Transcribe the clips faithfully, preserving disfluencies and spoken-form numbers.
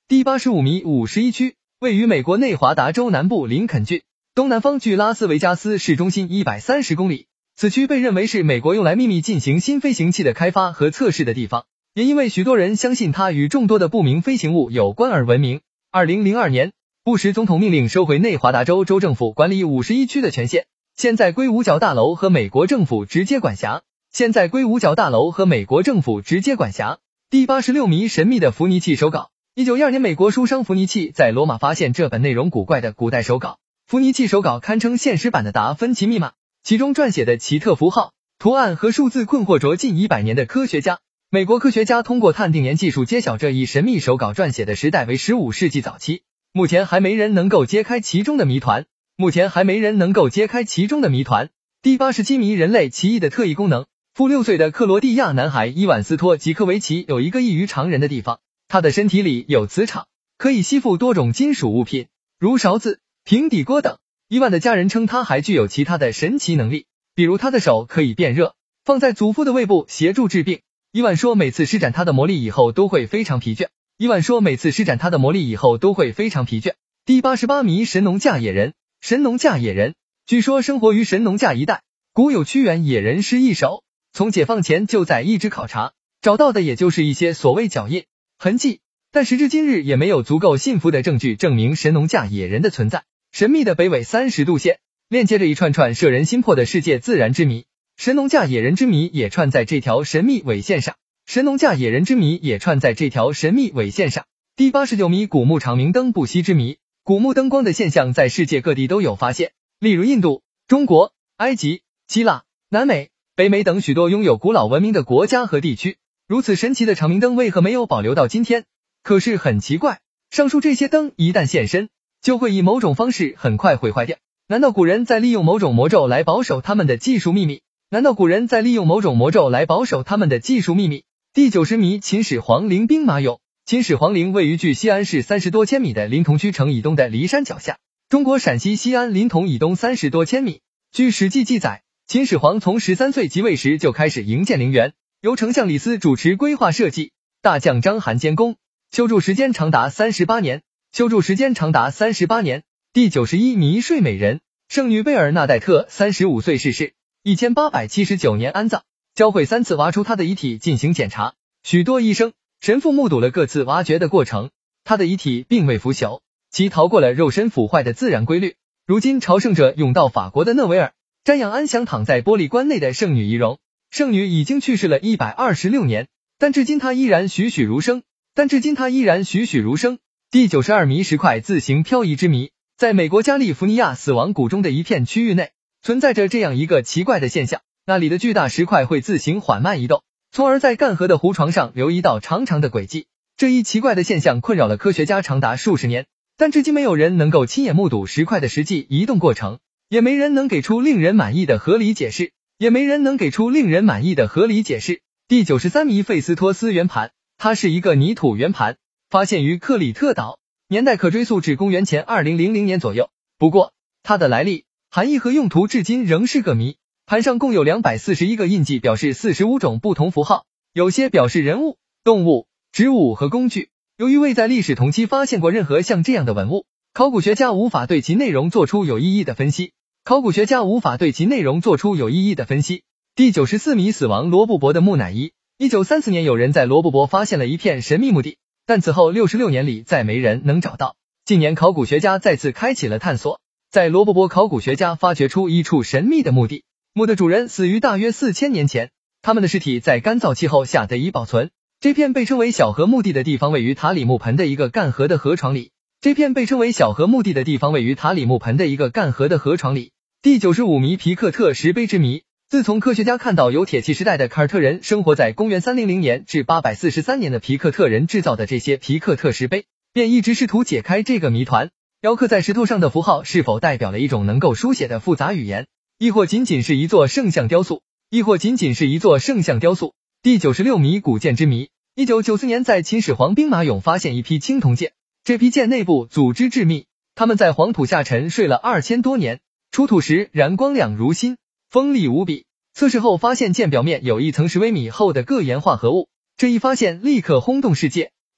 第八十五谜五十一区，位于美国内华达州南部林肯郡东南方，距拉斯维加斯市中心一百三十公里。此区被认为是美国用来秘密进行新飞行器的开发和测试的地方，也因为许多人相信它与众多的不明飞行物有关而闻名。二零零二年，布什总统命令收回内华达州州政府管理五十一区的权限，现在归五角大楼和美国政府直接管辖。现在归五角大楼和美国政府直接管辖。第八十六谜神秘的伏尼契手稿。一九一二年，美国书商伏尼契在罗马发现这本内容古怪的古代手稿。伏尼契手稿堪称现实版的达芬奇密码，其中撰写的奇特符号、图案和数字困惑着近一百年的科学家。美国科学家通过碳定年技术揭晓这一神秘手稿撰写的时代为十五世纪早期。目前还没人能够揭开其中的谜团。目前还没人能够揭开其中的谜团。第八十七谜人类奇异的特异功能。负六岁的克罗地亚男孩伊万斯托吉科维奇有一个异于常人的地方，他的身体里有磁场，可以吸附多种金属物品，如勺子、平底锅等。伊万的家人称他还具有其他的神奇能力，比如他的手可以变热，放在祖父的胃部协助治病。伊万说每次施展他的魔力以后都会非常疲倦。伊万说每次施展他的魔力以后都会非常疲倦。第八十八谜神农架野人。神农架野人，据说生活于神农架一带，古有屈原野人诗一首，从解放前就在一直考察，找到的也就是一些所谓脚印、痕迹，但时至今日也没有足够信服的证据证明神农架野人的存在。神秘的北纬三十度线，链接着一串串摄人心魄的世界自然之谜。神农架野人之谜也串在这条神秘纬线上。神农架野人之谜也串在这条神秘纬线上。第八十九谜古墓长明灯不息之谜。古墓灯光的现象在世界各地都有发现，例如印度、中国、埃及、希腊、南美、北美等许多拥有古老文明的国家和地区。如此神奇的长明灯为何没有保留到今天？可是很奇怪，上述这些灯一旦现身，就会以某种方式很快毁坏掉。难道古人在利用某种魔咒来保守他们的技术秘密？难道古人在利用某种魔咒来保守他们的技术秘密？第九十谜秦始皇陵兵马俑。秦始皇陵位于距西安市三十多千米的临潼区城以东的骊山脚下，中国陕西西安临潼以东三十多千米。据史记记载，秦始皇从十三岁即位时就开始营建陵园，由丞相李斯主持规划设计，大将章邯监工，修筑时间长达三十八年，修筑时间长达三十八年。第九十一谜睡美人。圣女贝尔纳代特三十五岁逝世，一千八百七十九年安葬，教会三次挖出她的遗体进行检查，许多医生神父目睹了各次挖掘的过程，他的遗体并未腐朽，其逃过了肉身腐坏的自然规律。如今朝圣者涌到法国的讷维尔，瞻仰安详躺在玻璃棺内的圣女仪容。圣女已经去世了一百二十六年，但至今她依然栩栩如生，但至今她依然栩栩如生。第九十二谜石块自行漂移之谜。在美国加利福尼亚死亡谷中的一片区域内，存在着这样一个奇怪的现象，那里的巨大石块会自行缓慢移动，从而在干涸的湖床上留一道长长的轨迹。这一奇怪的现象困扰了科学家长达数十年，但至今没有人能够亲眼目睹石块的实际移动过程，也没人能给出令人满意的合理解释，也没人能给出令人满意的合理解释。第九十三谜费斯托斯圆盘。它是一个泥土圆盘，发现于克里特岛，年代可追溯至公元前二零零零年左右。不过，它的来历、含义和用途至今仍是个谜。盘上共有两百四十一个印记，表示四十五种不同符号，有些表示人物、动物、植物和工具。由于未在历史同期发现过任何像这样的文物，考古学家无法对其内容做出有意义的分析。考古学家无法对其内容做出有意义的分析。第九十四谜死亡罗布泊的木乃伊。一九三四年，有人在罗布泊发现了一片神秘墓地，但此后六十六年里再没人能找到。近年考古学家再次开启了探索，在罗布泊，考古学家发掘出一处神秘的墓地。墓的主人死于大约四千年前，他们的尸体在干燥气候下得以保存。这片被称为小河墓地的地方位于塔里木盆的一个干涸的河床里。这片被称为小河墓地的地方位于塔里木盆的一个干涸的河床里。第九十五谜皮克特石碑之谜。自从科学家看到有铁器时代的凯尔特人生活在公元三百年至八百四十三年的皮克特人制造的这些皮克特石碑，便一直试图解开这个谜团。雕刻在石头上的符号是否代表了一种能够书写的复杂语言，亦或仅仅是一座圣像雕塑，亦或仅仅是一座圣像雕塑。第九十六谜古剑之谜。一九九四年，在秦始皇兵马俑发现一批青铜剑，这批剑内部组织致密，它们在黄土下沉睡了二千多年，出土时燃光亮如新，锋利无比。测试后发现剑表面有一层十微米厚的铬盐化合物，这一发现立刻轰动世界。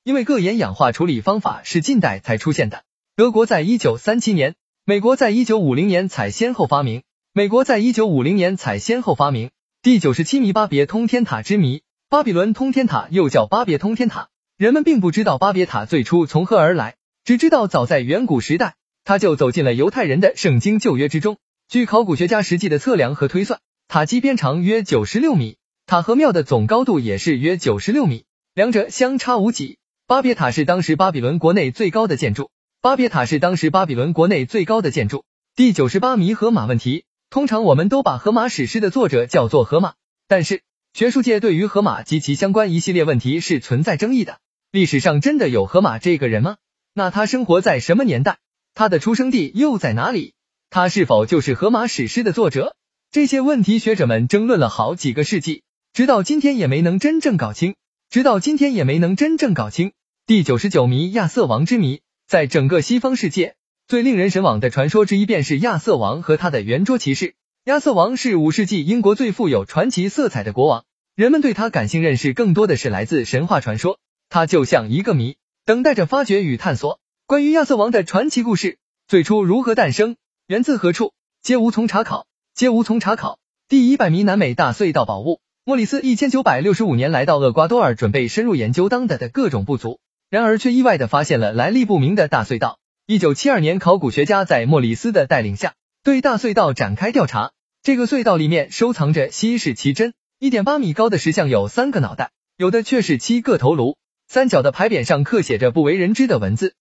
因为铬盐氧化处理方法是近代才出现的。德国在一九三七年，美国在一九五零年才先后发明。美国在一九五零年才先后发明。第九十七谜巴别通天塔之谜。巴比伦通天塔又叫巴别通天塔，人们并不知道巴别塔最初从何而来，只知道早在远古时代，它就走进了犹太人的圣经旧约之中。据考古学家实际的测量和推算，塔基边长约九十六米，塔和庙的总高度也是约九十六米，两者相差无几。巴别塔是当时巴比伦国内最高的建筑。巴别塔是当时巴比伦国内最高的建筑。第九十八谜荷马问题。通常我们都把荷马史诗的作者叫做荷马，但是学术界对于荷马及其相关一系列问题是存在争议的。历史上真的有荷马这个人吗？那他生活在什么年代？他的出生地又在哪里？他是否就是荷马史诗的作者？这些问题学者们争论了好几个世纪，直到今天也没能真正搞清。直到今天也没能真正搞清。第九十九谜亚瑟王之谜。在整个西方世界，最令人神往的传说之一便是亚瑟王和他的圆桌骑士。亚瑟王是五世纪英国最富有传奇色彩的国王，人们对他感性认识更多的是来自神话传说，他就像一个谜，等待着发掘与探索。关于亚瑟王的传奇故事，最初如何诞生，源自何处，皆无从查考，皆无从查考。第一百谜南美大隧道宝物。莫里斯一千九百六十五年来到厄瓜多尔，准备深入研究当地的各种部族，然而却意外地发现了来历不明的大隧道。一九七二年，考古学家在莫里斯的带领下，对大隧道展开调查。这个隧道里面收藏着稀世奇珍， 一点八米高的石像有三个脑袋，有的却是七个头颅，三角的牌匾上刻写着不为人知的文字。